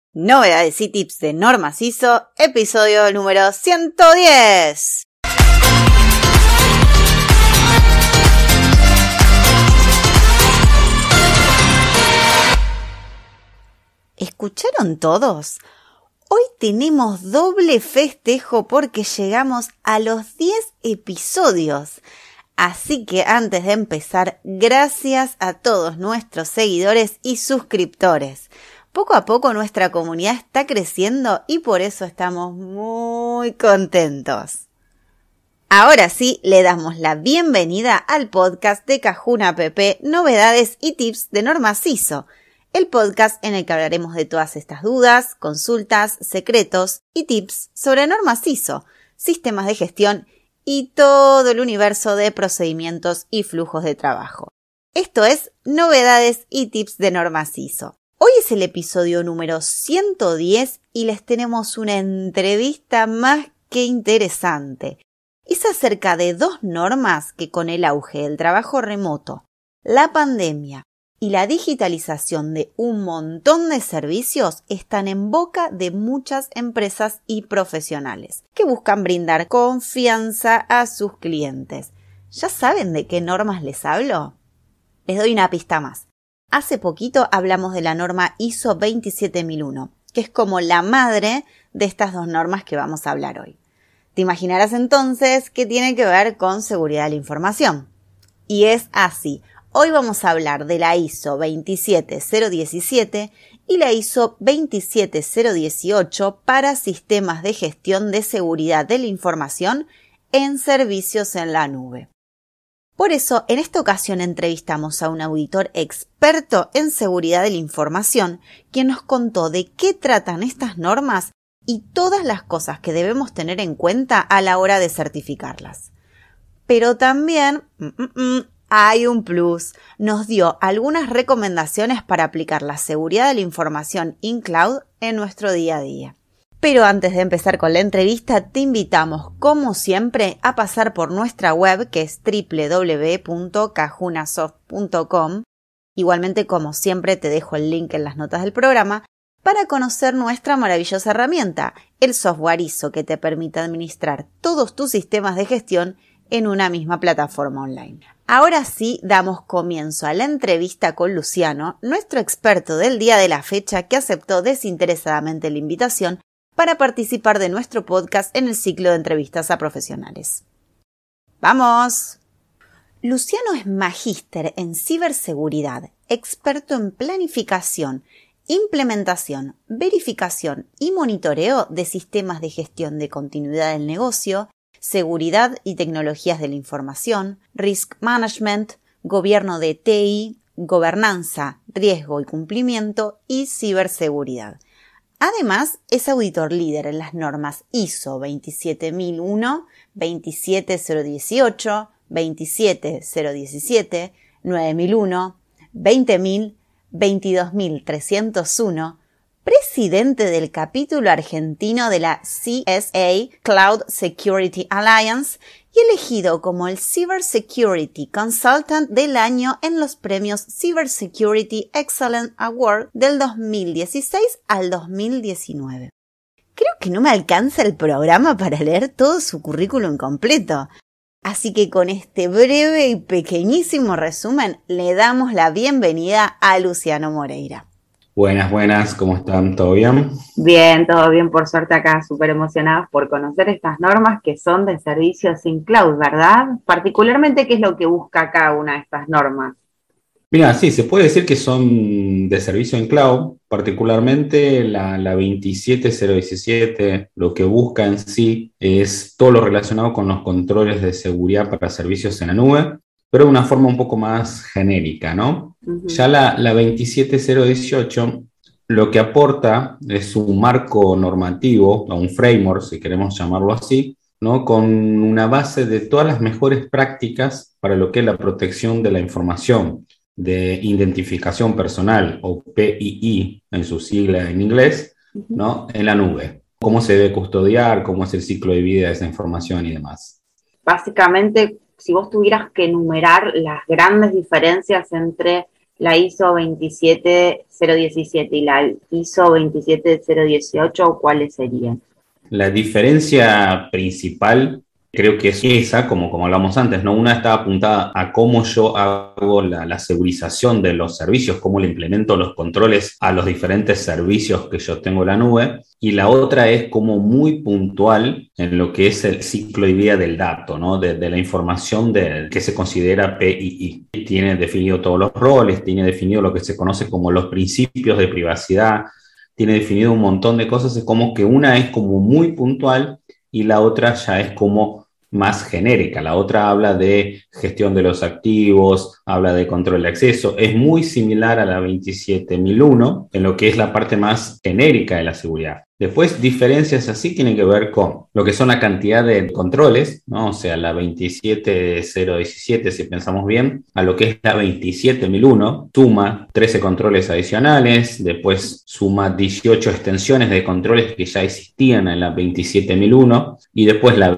Novedades y tips de Normas ISO, episodio número 110. ¿Escucharon todos? Hoy tenemos doble festejo porque llegamos a los 10 episodios. Así que antes de empezar, gracias a todos nuestros seguidores y suscriptores. Poco a poco nuestra comunidad está creciendo y por eso estamos muy contentos. Ahora sí, le damos la bienvenida al podcast de Cajun App, novedades y tips de Normas ISO, el podcast en el que hablaremos de todas estas dudas, consultas, secretos y tips sobre Normas ISO, sistemas de gestión y todo el universo de procedimientos y flujos de trabajo. Esto es Novedades y Tips de Normas ISO. Hoy es el episodio número 110 y les tenemos una entrevista más que interesante. Es acerca de dos normas que con el auge del trabajo remoto, la pandemia y la digitalización de un montón de servicios están en boca de muchas empresas y profesionales que buscan brindar confianza a sus clientes. ¿Ya saben de qué normas les hablo? Les doy una pista más. Hace poquito hablamos de la norma ISO 27001, que es como la madre de estas dos normas que vamos a hablar hoy. Te imaginarás entonces que tiene que ver con seguridad de la información. Y es así. Hoy vamos a hablar de la ISO 27017 y la ISO 27018 para sistemas de gestión de seguridad de la información en servicios en la nube. Por eso, en esta ocasión entrevistamos a un auditor experto en seguridad de la información, quien nos contó de qué tratan estas normas y todas las cosas que debemos tener en cuenta a la hora de certificarlas. Pero también hay un plus. Nos dio algunas recomendaciones para aplicar la seguridad de la información in cloud en nuestro día a día. Pero antes de empezar con la entrevista, te invitamos, como siempre, a pasar por nuestra web, que es www.cajunasoft.com. Igualmente, como siempre, te dejo el link en las notas del programa para conocer nuestra maravillosa herramienta, el software ISO, que te permite administrar todos tus sistemas de gestión en una misma plataforma online. Ahora sí, damos comienzo a la entrevista con Luciano, nuestro experto del día de la fecha, que aceptó desinteresadamente la invitación para participar de nuestro podcast en el ciclo de entrevistas a profesionales. ¡Vamos! Luciano es magíster en ciberseguridad, experto en planificación, implementación, verificación y monitoreo de sistemas de gestión de continuidad del negocio, seguridad y tecnologías de la información, risk management, gobierno de TI, gobernanza, riesgo y cumplimiento y ciberseguridad. Además, es auditor líder en las normas ISO 27001, 27018, 27017, 9001, 20000, 22301, presidente del capítulo argentino de la CSA Cloud Security Alliance y elegido como el Cybersecurity Consultant del año en los premios Cybersecurity Excellence Award del 2016 al 2019. Creo que no me alcanza el programa para leer todo su currículum completo. Así que con este breve y pequeñísimo resumen le damos la bienvenida a Luciano Moreira. Buenas, ¿cómo están? ¿Todo bien? Bien, todo bien, por suerte acá, súper emocionados por conocer estas normas que son de servicios in cloud, ¿verdad? Particularmente, ¿qué es lo que busca cada una de estas normas? Mira, sí, se puede decir que son de servicio en cloud, particularmente la 27017, lo que busca en sí es todo lo relacionado con los controles de seguridad para servicios en la nube, pero de una forma un poco más genérica, ¿no? Uh-huh. Ya la 27018 lo que aporta es un marco normativo, o un framework, si queremos llamarlo así, ¿no? Con una base de todas las mejores prácticas para lo que es la protección de la información, de identificación personal, o PII en su sigla en inglés, ¿no? En la nube. Cómo se debe custodiar, cómo es el ciclo de vida de esa información y demás. Básicamente, si vos tuvieras que enumerar las grandes diferencias entre la ISO 27017 y la ISO 27018, ¿cuáles serían? La diferencia principal creo que es esa, como hablamos antes, ¿no? Una está apuntada a cómo yo hago la segurización de los servicios, cómo le implemento los controles a los diferentes servicios que yo tengo en la nube, y la otra es como muy puntual en lo que es el ciclo y vida del dato, ¿no? De la información que se considera PII. Tiene definido todos los roles, tiene definido lo que se conoce como los principios de privacidad, tiene definido un montón de cosas, es como que una es como muy puntual y la otra ya es como más genérica. La otra habla de gestión de los activos, habla de control de acceso. Es muy similar a la 27001 en lo que es la parte más genérica de la seguridad. Después, diferencias así tienen que ver con lo que son la cantidad de controles, ¿no? O sea, la 27017, si pensamos bien, a lo que es la 27001, suma 13 controles adicionales, después suma 18 extensiones de controles que ya existían en la 27001, y después la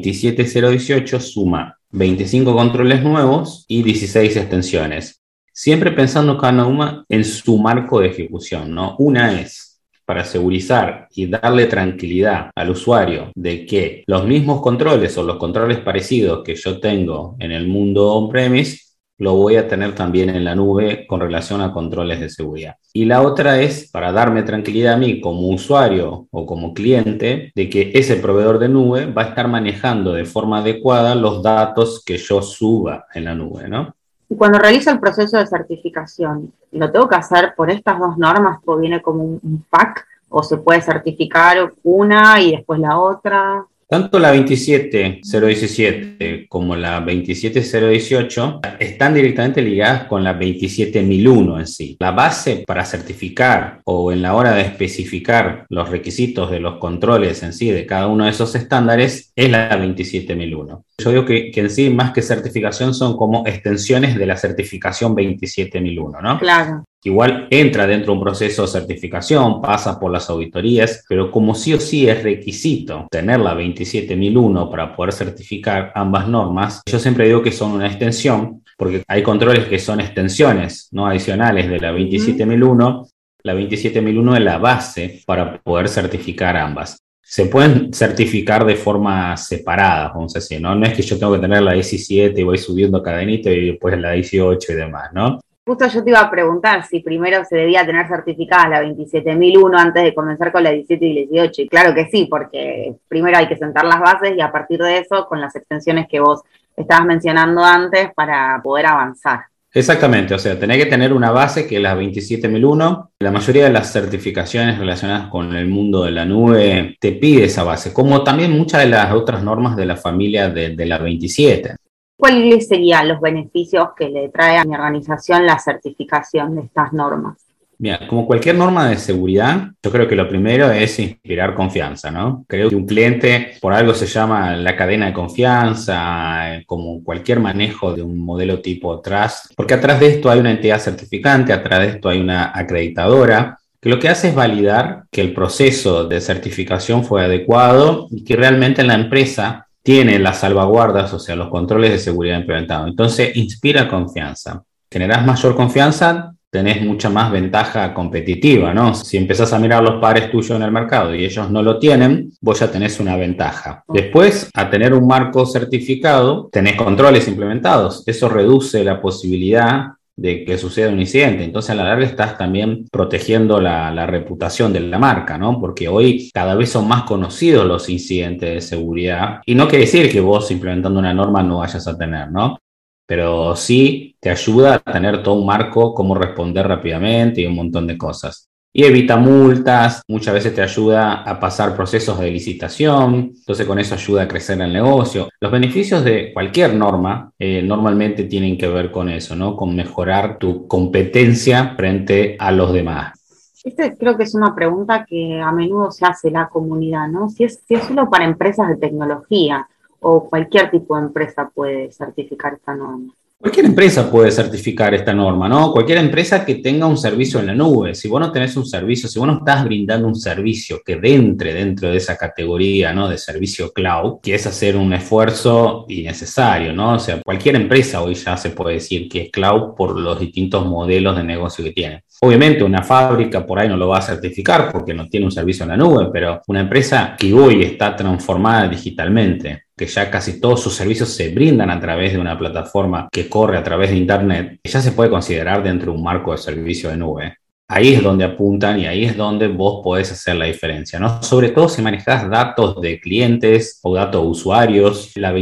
27018 suma 25 controles nuevos y 16 extensiones. Siempre pensando cada una en su marco de ejecución, ¿no? Una es para segurizar y darle tranquilidad al usuario de que los mismos controles o los controles parecidos que yo tengo en el mundo on-premise, lo voy a tener también en la nube con relación a controles de seguridad. Y la otra es para darme tranquilidad a mí como usuario o como cliente de que ese proveedor de nube va a estar manejando de forma adecuada los datos que yo suba en la nube, ¿no? Y cuando realizo el proceso de certificación, ¿lo tengo que hacer por estas dos normas o viene como un pack? ¿O se puede certificar una y después la otra? Tanto la 27017 como la 27018 están directamente ligadas con la 27001 en sí. La base para certificar o en la hora de especificar los requisitos de los controles en sí de cada uno de esos estándares es la 27001. Yo digo que en sí, más que certificación, son como extensiones de la certificación 27001, ¿no? Claro. Igual entra dentro de un proceso de certificación, pasa por las auditorías, pero como sí o sí es requisito tener la 27001 para poder certificar ambas normas, yo siempre digo que son una extensión, porque hay controles que son extensiones no adicionales de la 27001. La 27001 es la base para poder certificar ambas. Se pueden certificar de forma separada, vamos a decir, ¿no? No es que yo tengo que tener la 17 y voy subiendo cadenita y después la 18 y demás, ¿no? Justo yo te iba a preguntar si primero se debía tener certificada la 27001 antes de comenzar con la 17 y 18. Y claro que sí, porque primero hay que sentar las bases y a partir de eso, con las extensiones que vos estabas mencionando antes para poder avanzar. Exactamente, o sea, tenés que tener una base que es la 27001. La mayoría de las certificaciones relacionadas con el mundo de la nube te pide esa base, como también muchas de las otras normas de la familia de la 27. ¿Cuáles serían los beneficios que le trae a mi organización la certificación de estas normas? Mira, como cualquier norma de seguridad, yo creo que lo primero es inspirar confianza, ¿no? Creo que un cliente, por algo se llama la cadena de confianza, como cualquier manejo de un modelo tipo Trust, porque atrás de esto hay una entidad certificante, atrás de esto hay una acreditadora, que lo que hace es validar que el proceso de certificación fue adecuado y que realmente la empresa tiene las salvaguardas, o sea, los controles de seguridad implementados. Entonces, inspira confianza. Generás mayor confianza, tenés mucha más ventaja competitiva, ¿no? Si empezás a mirar los pares tuyos en el mercado y ellos no lo tienen, vos ya tenés una ventaja. Después, a tener un marco certificado, tenés controles implementados. Eso reduce la posibilidad de que suceda un incidente. Entonces, a la larga estás también protegiendo la reputación de la marca, ¿no? Porque hoy cada vez son más conocidos los incidentes de seguridad. Y no quiere decir que vos implementando una norma no vayas a tener, ¿no? Pero sí te ayuda a tener todo un marco, cómo responder rápidamente y un montón de cosas. Y evita multas, muchas veces te ayuda a pasar procesos de licitación, entonces con eso ayuda a crecer el negocio. Los beneficios de cualquier norma normalmente tienen que ver con eso, ¿no? Con mejorar tu competencia frente a los demás. Creo que es una pregunta que a menudo se hace la comunidad, ¿no? Si es solo para empresas de tecnología o cualquier tipo de empresa puede certificar esta norma. Cualquier empresa puede certificar esta norma, ¿no? Cualquier empresa que tenga un servicio en la nube. Si vos no tenés un servicio, si vos no estás brindando un servicio que entre dentro de esa categoría, ¿no? De servicio cloud, que es hacer un esfuerzo innecesario, ¿no? O sea, cualquier empresa hoy ya se puede decir que es cloud por los distintos modelos de negocio que tiene. Obviamente una fábrica por ahí no lo va a certificar porque no tiene un servicio en la nube, pero una empresa que hoy está transformada digitalmente, que ya casi todos sus servicios se brindan a través de una plataforma que corre a través de Internet, ya se puede considerar dentro de un marco de servicio de nube. Ahí es donde apuntan y ahí es donde vos podés hacer la diferencia, ¿no? Sobre todo si manejás datos de clientes o datos de usuarios. La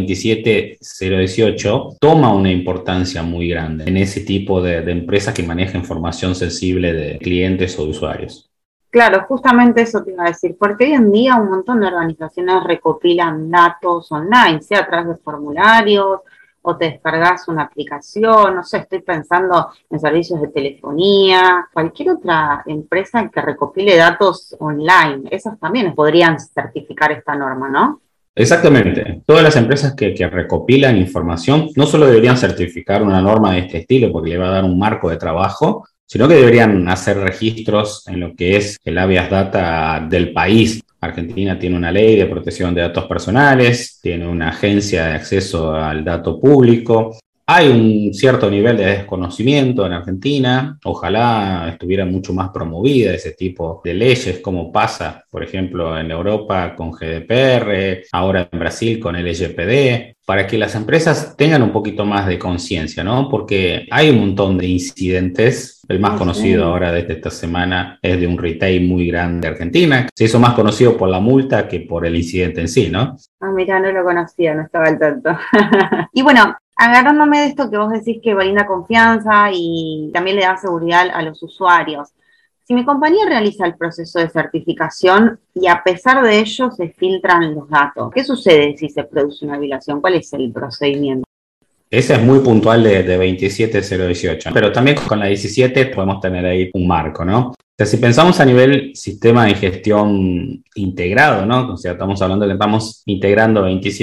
27018 toma una importancia muy grande en ese tipo de empresas que manejan información sensible de clientes o de usuarios. Claro, justamente eso te iba a decir, porque hoy en día un montón de organizaciones recopilan datos online, sea a través de formularios o te descargas una aplicación, no sé, estoy pensando en servicios de telefonía, cualquier otra empresa que recopile datos online, esas también podrían certificar esta norma, ¿no? Exactamente. Todas las empresas que recopilan información no solo deberían certificar una norma de este estilo porque le va a dar un marco de trabajo, sino que deberían hacer registros en lo que es el habeas data del país. Argentina tiene una ley de protección de datos personales, tiene una agencia de acceso al dato público. Hay un cierto nivel de desconocimiento en Argentina. Ojalá estuviera mucho más promovida ese tipo de leyes, como pasa, por ejemplo, en Europa con GDPR, ahora en Brasil con LGPD, para que las empresas tengan un poquito más de conciencia, ¿no? Porque hay un montón de incidentes. El más conocido ahora desde esta semana es de un retail muy grande de Argentina. Se hizo más conocido por la multa que por el incidente en sí, ¿no? Ah, mira, no lo conocía, no estaba al tanto. Y bueno, agarrándome de esto que vos decís que brinda confianza y también le da seguridad a los usuarios. Si mi compañía realiza el proceso de certificación y a pesar de ello se filtran los datos, ¿qué sucede si se produce una violación? ¿Cuál es el procedimiento? Esa es muy puntual de 27018, pero también con la 17 podemos tener ahí un marco, ¿no? O sea, si pensamos a nivel sistema de gestión integrado, ¿no? O sea, estamos hablando que estamos integrando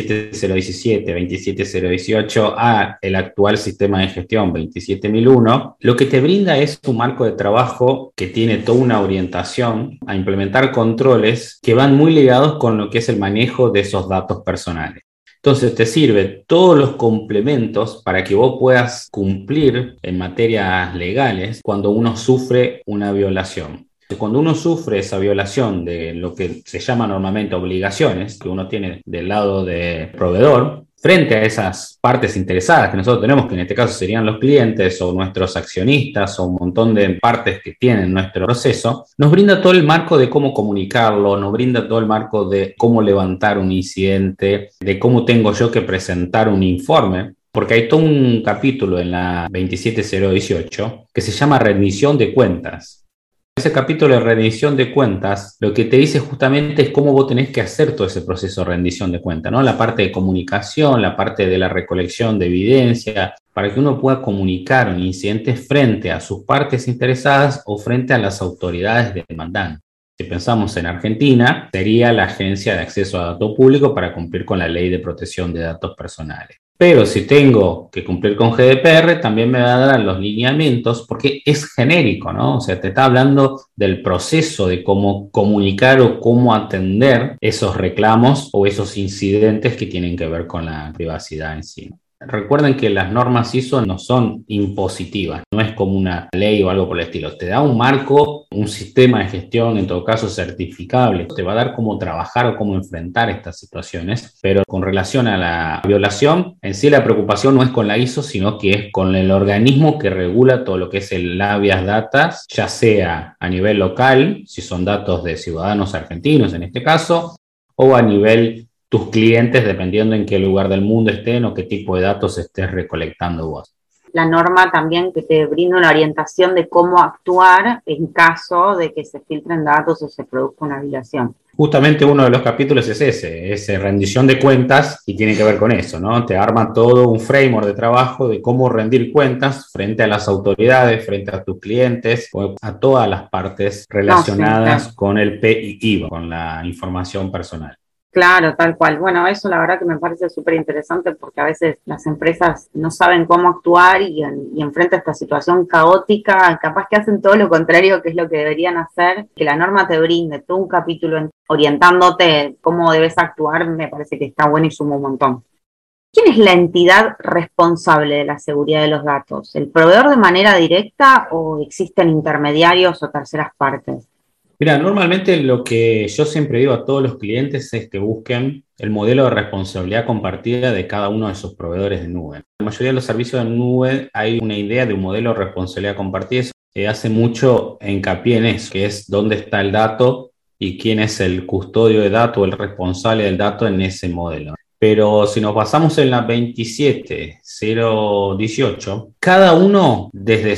27017, 27018 a el actual sistema de gestión 27001, lo que te brinda es un marco de trabajo que tiene toda una orientación a implementar controles que van muy ligados con lo que es el manejo de esos datos personales. Entonces te sirve todos los complementos para que vos puedas cumplir en materias legales cuando uno sufre una violación. Cuando uno sufre esa violación de lo que se llama normalmente obligaciones, que uno tiene del lado de proveedor, frente a esas partes interesadas que nosotros tenemos, que en este caso serían los clientes o nuestros accionistas o un montón de partes que tienen nuestro proceso, nos brinda todo el marco de cómo comunicarlo, nos brinda todo el marco de cómo levantar un incidente, de cómo tengo yo que presentar un informe, porque hay todo un capítulo en la 27018 que se llama rendición de cuentas. Ese capítulo de rendición de cuentas, lo que te dice justamente es cómo vos tenés que hacer todo ese proceso de rendición de cuentas, ¿no? La parte de comunicación, la parte de la recolección de evidencia, para que uno pueda comunicar un incidente frente a sus partes interesadas o frente a las autoridades demandantes. Si pensamos en Argentina, sería la Agencia de Acceso a Datos Públicos para cumplir con la Ley de Protección de Datos Personales. Pero si tengo que cumplir con GDPR, también me va a dar los lineamientos porque es genérico, ¿no? O sea, te está hablando del proceso de cómo comunicar o cómo atender esos reclamos o esos incidentes que tienen que ver con la privacidad en sí. Recuerden que las normas ISO no son impositivas, no es como una ley o algo por el estilo. Te da un marco, un sistema de gestión, en todo caso certificable. Te va a dar cómo trabajar o cómo enfrentar estas situaciones, pero con relación a la violación, en sí la preocupación no es con la ISO, sino que es con el organismo que regula todo lo que es el habeas data, ya sea a nivel local, si son datos de ciudadanos argentinos en este caso, o a nivel tus clientes, dependiendo en qué lugar del mundo estén o qué tipo de datos estés recolectando vos. La norma también que te brinda una orientación de cómo actuar en caso de que se filtren datos o se produzca una violación. Justamente uno de los capítulos es ese, es rendición de cuentas y tiene que ver con eso, ¿no? Te arma todo un framework de trabajo de cómo rendir cuentas frente a las autoridades, frente a tus clientes, o a todas las partes relacionadas con el PII, con la información personal. Claro, tal cual. Bueno, eso la verdad que me parece súper interesante porque a veces las empresas no saben cómo actuar y enfrente a esta situación caótica, capaz que hacen todo lo contrario que es lo que deberían hacer, que la norma te brinde todo un capítulo orientándote cómo debes actuar, me parece que está bueno y suma un montón. ¿Quién es la entidad responsable de la seguridad de los datos? ¿El proveedor de manera directa o existen intermediarios o terceras partes? Mira, normalmente lo que yo siempre digo a todos los clientes es que busquen el modelo de responsabilidad compartida de cada uno de sus proveedores de nube. En la mayoría de los servicios de nube hay una idea de un modelo de responsabilidad compartida que hace mucho hincapié en eso, que es dónde está el dato y quién es el custodio de datos o el responsable del dato en ese modelo. Pero si nos basamos en la 27018, cada uno desde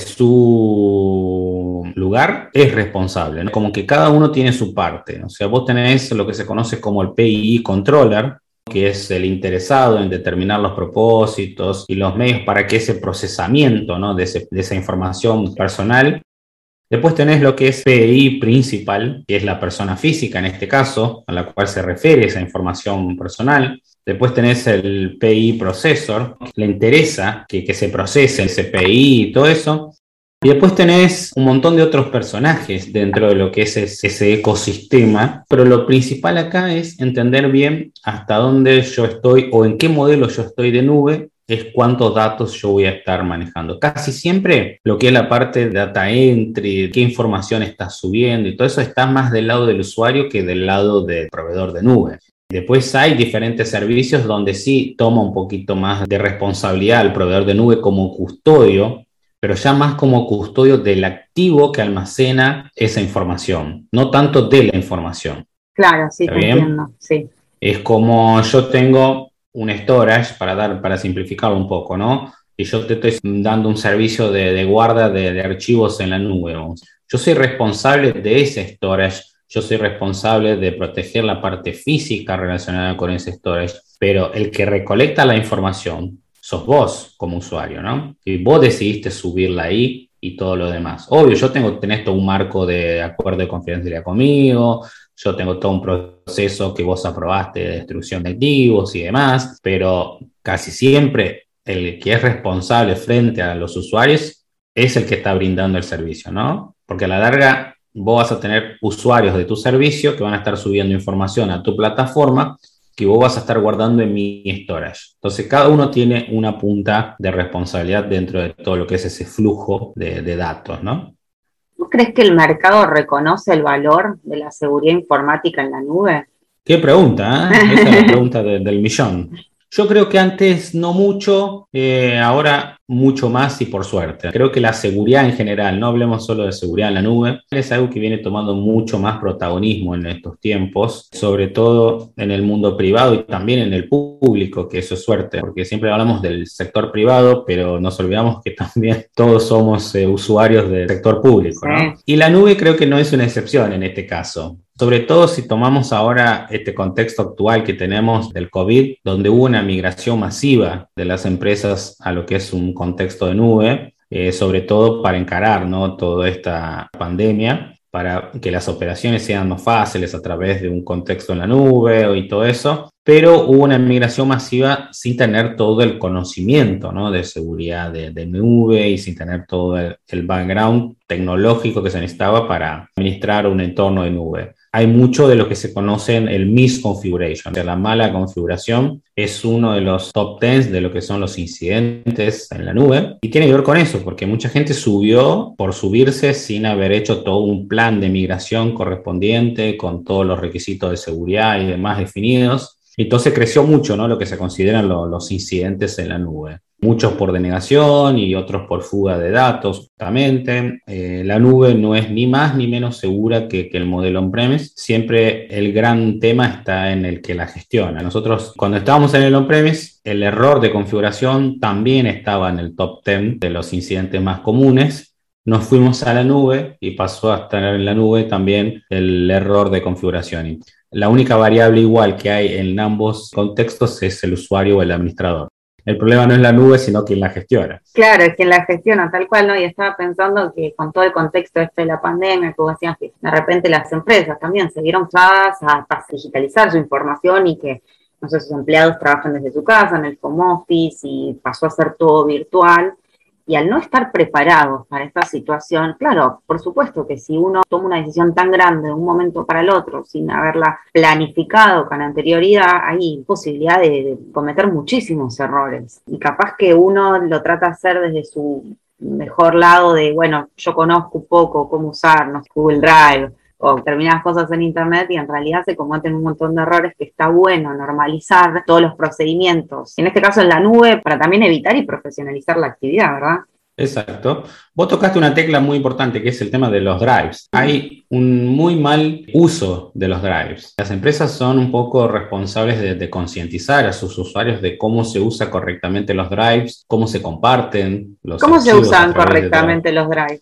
su lugar es responsable, ¿no? Como que cada uno tiene su parte. O sea, vos tenés lo que se conoce como el PII Controller, que es el interesado en determinar los propósitos y los medios para que ese procesamiento, ¿no?, de esa información personal. Después tenés lo que es PI principal, que es la persona física en este caso, a la cual se refiere esa información personal. Después tenés el PI processor, que le interesa que se procese ese PI y todo eso. Y después tenés un montón de otros personajes dentro de lo que es ese ecosistema, pero lo principal acá es entender bien hasta dónde yo estoy o en qué modelo yo estoy de nube, es cuántos datos yo voy a estar manejando. Casi siempre lo que es la parte de data entry, qué información estás subiendo y todo eso está más del lado del usuario que del lado del proveedor de nube. Después hay diferentes servicios donde sí toma un poquito más de responsabilidad el proveedor de nube como custodio, pero ya más como custodio del activo que almacena esa información, no tanto de la información. Claro, sí, ¿Está te bien? entiendo, sí. Es como yo tengo un storage, para simplificarlo un poco, ¿no? Y yo te estoy dando un servicio de guarda de archivos en la nube. Vamos. Yo soy responsable de ese storage, yo soy responsable de proteger la parte física relacionada con ese storage, pero el que recolecta la información sos vos como usuario, ¿no? Y vos decidiste subirla ahí y todo lo demás. Obvio, tenés todo un marco de acuerdo de confidencialidad conmigo, yo tengo todo un proceso que vos aprobaste de destrucción de activos y demás, pero casi siempre el que es responsable frente a los usuarios es el que está brindando el servicio, ¿no? Porque a la larga vos vas a tener usuarios de tu servicio que van a estar subiendo información a tu plataforma que vos vas a estar guardando en mi storage. Entonces, cada uno tiene una punta de responsabilidad dentro de todo lo que es ese flujo de datos, ¿no? ¿Tú crees que el mercado reconoce el valor de la seguridad informática en la nube? Qué pregunta, ¿eh? Esa es la pregunta del millón. Yo creo que antes no mucho, ahora mucho más y por suerte. Creo que la seguridad en general, no hablemos solo de seguridad en la nube, es algo que viene tomando mucho más protagonismo en estos tiempos, sobre todo en el mundo privado y también en el público, que eso es suerte, porque siempre hablamos del sector privado, pero nos olvidamos que también todos somos usuarios del sector público, ¿no? Sí. Y la nube creo que no es una excepción en este caso. Sobre todo si tomamos ahora este contexto actual que tenemos del COVID, donde hubo una migración masiva de las empresas a lo que es un contexto de nube, sobre todo para encarar, ¿no?, toda esta pandemia, para que las operaciones sean más fáciles a través de un contexto en la nube y todo eso, pero hubo una migración masiva sin tener todo el conocimiento, ¿no?, de seguridad de nube y sin tener todo el background tecnológico que se necesitaba para administrar un entorno de nube. Hay mucho de lo que se conoce en el misconfiguration, de la mala configuración. Es uno de los top 10 de lo que son los incidentes en la nube. Y tiene que ver con eso, porque mucha gente subió por subirse sin haber hecho todo un plan de migración correspondiente, con todos los requisitos de seguridad y demás definidos. Entonces creció mucho, ¿no?, lo que se consideran los incidentes en la nube. Muchos por denegación y otros por fuga de datos, justamente. La nube no es ni más ni menos segura que el modelo on-premise. Siempre el gran tema está en el que la gestiona. Nosotros, cuando estábamos en el on-premise, el error de configuración también estaba en el top 10 de los incidentes más comunes. Nos fuimos a la nube y pasó a estar en la nube también el error de configuración. La única variable igual que hay en ambos contextos es el usuario o el administrador. el problema no es la nube, sino quien la gestiona. Claro, es quien la gestiona, tal cual, ¿no? Y estaba pensando que con todo el contexto de la pandemia, que vos decías que de repente las empresas también se vieron forzadas a digitalizar su información y que, no sé, sus empleados trabajan desde su casa, en el home office, y pasó a ser todo virtual. Y al no estar preparados para esta situación, claro, por supuesto que si uno toma una decisión tan grande de un momento para el otro, sin haberla planificado con anterioridad, hay posibilidad de cometer muchísimos errores. Y capaz que uno lo trata de hacer desde su mejor lado de, bueno, yo conozco un poco cómo usar, no sé, Google Drive, o determinadas cosas en internet, y en realidad se cometen un montón de errores que está bueno normalizar todos los procedimientos, en este caso en la nube, para también evitar y profesionalizar la actividad, ¿verdad? Exacto. Vos tocaste una tecla muy importante que es el tema de los drives. Hay un muy mal uso de los drives. Las empresas son un poco responsables de concientizar a sus usuarios de cómo se usa correctamente los drives, cómo se comparten los ¿Cómo se archivos a usan través de drive. correctamente los drives?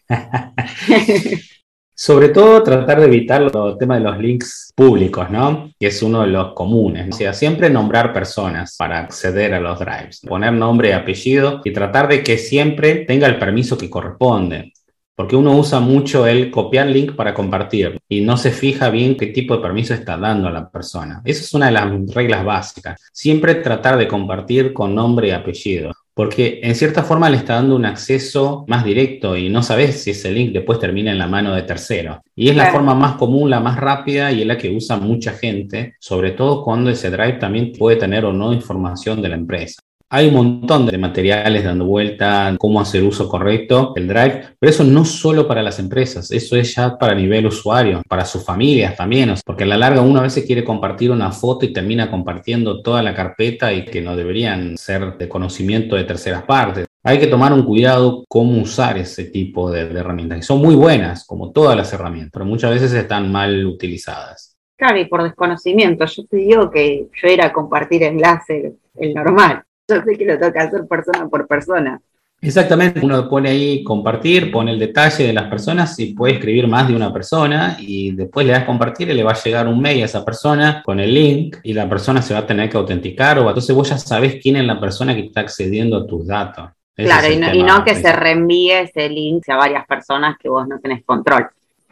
Sobre todo tratar de evitar el tema de los links públicos, ¿no? Que es uno de los comunes. O sea, siempre nombrar personas para acceder a los drives. Poner nombre y apellido y tratar de que siempre tenga el permiso que corresponde. Porque uno usa mucho el copiar link para compartir y no se fija bien qué tipo de permiso está dando a la persona. Esa es una de las reglas básicas. Siempre tratar de compartir con nombre y apellido. Porque en cierta forma le está dando un acceso más directo y no sabes si ese link después termina en la mano de tercero. Y es la forma más común, la más rápida y es la que usa mucha gente, sobre todo cuando ese drive también puede tener o no información de la empresa. Hay un montón de materiales dando vuelta, cómo hacer uso correcto del Drive, pero eso no solo para las empresas, eso es ya para nivel usuario, para sus familias también, porque a la larga uno a veces quiere compartir una foto y termina compartiendo toda la carpeta y que no deberían ser de conocimiento de terceras partes. Hay que tomar un cuidado cómo usar ese tipo de herramientas, y son muy buenas, como todas las herramientas, pero muchas veces están mal utilizadas. Claro, y por desconocimiento, yo te digo que yo era a compartir enlace, el normal. Yo sé que lo tengo que hacer persona por persona. Exactamente, uno pone ahí compartir, pone el detalle de las personas y puede escribir más de una persona y después le das compartir y le va a llegar un mail a esa persona con el link y la persona se va a tener que autenticar o entonces vos ya sabés quién es la persona que está accediendo a tus datos. Claro, y no que se reenvíe ese link a varias personas que vos no tenés control.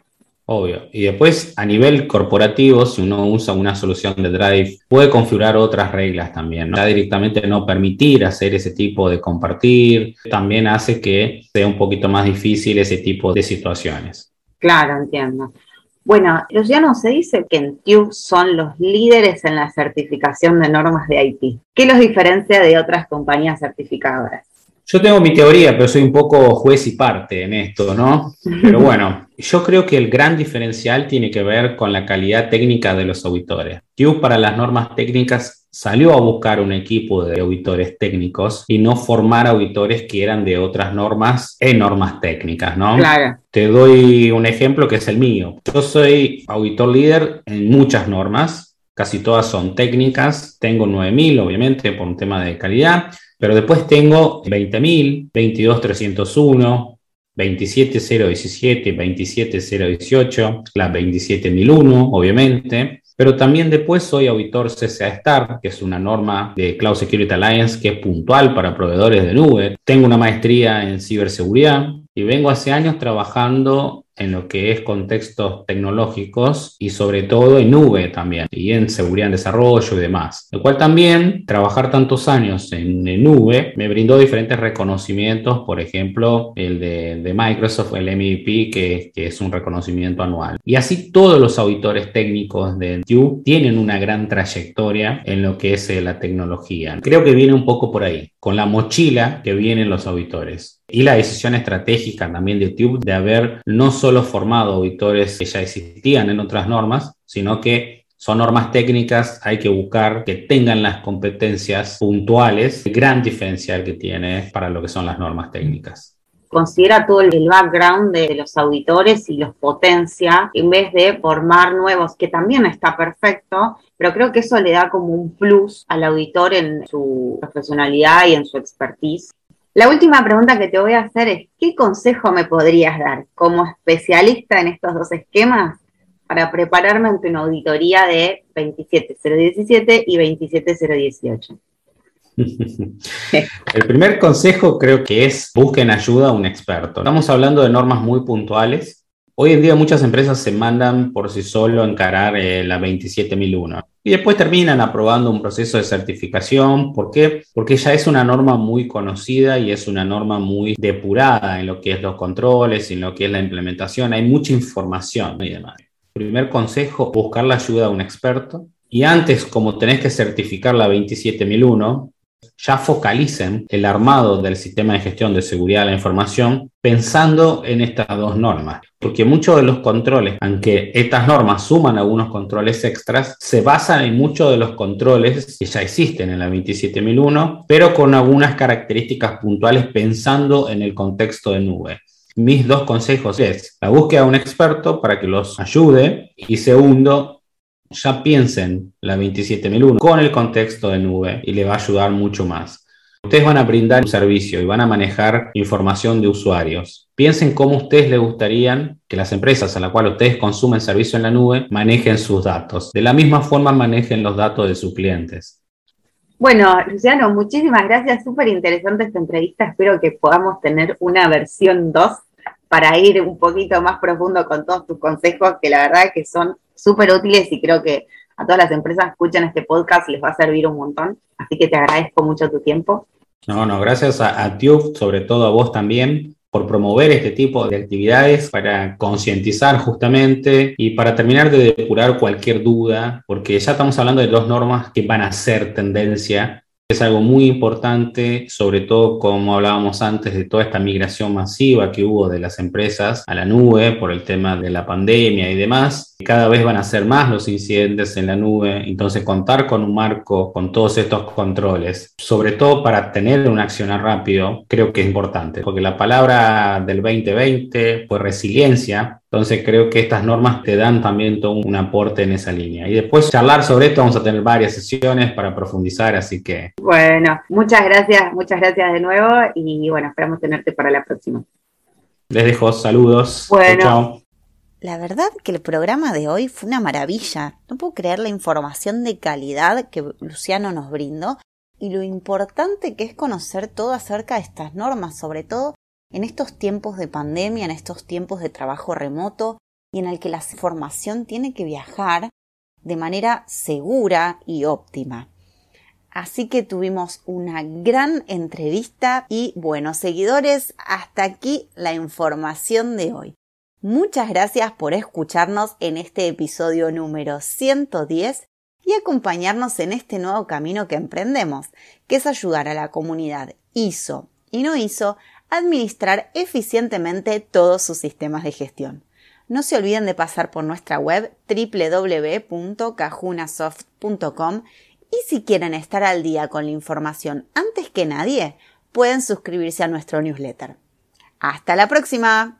Obvio. Y después, a nivel corporativo, si uno usa una solución de Drive, puede configurar otras reglas también, ¿no? Ya directamente no permitir hacer ese tipo de compartir, también hace que sea un poquito más difícil ese tipo de situaciones. Claro, entiendo. Bueno, Luciano, se dice que en TUBE son los líderes en la certificación de normas de IT. ¿Qué los diferencia de otras compañías certificadoras? Yo tengo mi teoría, pero soy un poco juez y parte en esto, ¿no? Pero bueno, yo creo que el gran diferencial tiene que ver con la calidad técnica de los auditores. TUBE para las normas técnicas salió a buscar un equipo de auditores técnicos y no formar auditores que eran de otras normas en normas técnicas, ¿no? Claro. Te doy un ejemplo que es el mío. Yo soy auditor líder en muchas normas, casi todas son técnicas, tengo 9000 obviamente por un tema de calidad, pero después tengo 20.000, 22301, 27017, 27018, la 27001, obviamente. Pero también después soy auditor CCA Star, que es una norma de Cloud Security Alliance que es puntual para proveedores de nube. Tengo una maestría en ciberseguridad y vengo hace años trabajando en lo que es contextos tecnológicos y sobre todo en nube también, y en seguridad en desarrollo y demás. Lo cual también, trabajar tantos años en nube me brindó diferentes reconocimientos, por ejemplo, el de Microsoft, el MVP, que es un reconocimiento anual. Y así todos los auditores técnicos de TUBE tienen una gran trayectoria en lo que es la tecnología. Creo que viene un poco por ahí, con la mochila que vienen los auditores. Y la decisión estratégica también de TUBE de haber no solo formado auditores que ya existían en otras normas, sino que son normas técnicas, hay que buscar que tengan las competencias puntuales, el gran diferencial que tiene para lo que son las normas técnicas. Considera todo el background de los auditores y los potencia en vez de formar nuevos, que también está perfecto, pero creo que eso le da como un plus al auditor en su profesionalidad y en su expertise. La última pregunta que te voy a hacer es, ¿qué consejo me podrías dar como especialista en estos dos esquemas para prepararme ante una auditoría de 27017 y 27018? El primer consejo creo que es busquen ayuda a un experto. Estamos hablando de normas muy puntuales. Hoy en día muchas empresas se mandan por sí solo a encarar la 27001 y después terminan aprobando un proceso de certificación. ¿Por qué? Porque ya es una norma muy conocida y es una norma muy depurada en lo que es los controles, en lo que es la implementación. Hay mucha información y demás. Primer consejo, buscar la ayuda de un experto. Y antes, como tenés que certificar la 27001, ya focalicen el armado del sistema de gestión de seguridad de la información pensando en estas dos normas. Porque muchos de los controles, aunque estas normas suman algunos controles extras, se basan en muchos de los controles que ya existen en la 27001, pero con algunas características puntuales pensando en el contexto de nube. Mis dos consejos es la búsqueda de un experto para que los ayude y segundo, ya piensen la 27001 con el contexto de nube y le va a ayudar mucho más. Ustedes van a brindar un servicio y van a manejar información de usuarios. Piensen cómo a ustedes les gustaría que las empresas a las cuales ustedes consumen servicio en la nube manejen sus datos. De la misma forma manejen los datos de sus clientes. Bueno, Luciano, muchísimas gracias. Súper interesante esta entrevista. Espero que podamos tener una versión 2 para ir un poquito más profundo con todos tus consejos, que la verdad que son súper útiles y creo que a todas las empresas que escuchan este podcast les va a servir un montón. Así que te agradezco mucho tu tiempo. No, gracias a Tube, sobre todo a vos también, por promover este tipo de actividades para concientizar justamente y para terminar de depurar cualquier duda, porque ya estamos hablando de dos normas que van a ser tendencia. Es algo muy importante, sobre todo como hablábamos antes de toda esta migración masiva que hubo de las empresas a la nube por el tema de la pandemia y demás. Cada vez van a ser más los incidentes en la nube, entonces contar con un marco, con todos estos controles, sobre todo para tener un accionar rápido, creo que es importante, porque la palabra del 2020 fue resiliencia. Entonces creo que estas normas te dan también todo un aporte en esa línea. Y después charlar sobre esto, vamos a tener varias sesiones para profundizar, así que... Bueno, muchas gracias de nuevo y bueno, esperamos tenerte para la próxima. Les dejo saludos. Bueno. Chao. La verdad que el programa de hoy fue una maravilla. No puedo creer la información de calidad que Luciano nos brindó y lo importante que es conocer todo acerca de estas normas, sobre todo en estos tiempos de pandemia, en estos tiempos de trabajo remoto y en el que la información tiene que viajar de manera segura y óptima. Así que tuvimos una gran entrevista y bueno, seguidores, hasta aquí la información de hoy. Muchas gracias por escucharnos en este episodio número 110 y acompañarnos en este nuevo camino que emprendemos, que es ayudar a la comunidad ISO y no ISO a administrar eficientemente todos sus sistemas de gestión. No se olviden de pasar por nuestra web www.cajunasoft.com y si quieren estar al día con la información antes que nadie, pueden suscribirse a nuestro newsletter. ¡Hasta la próxima!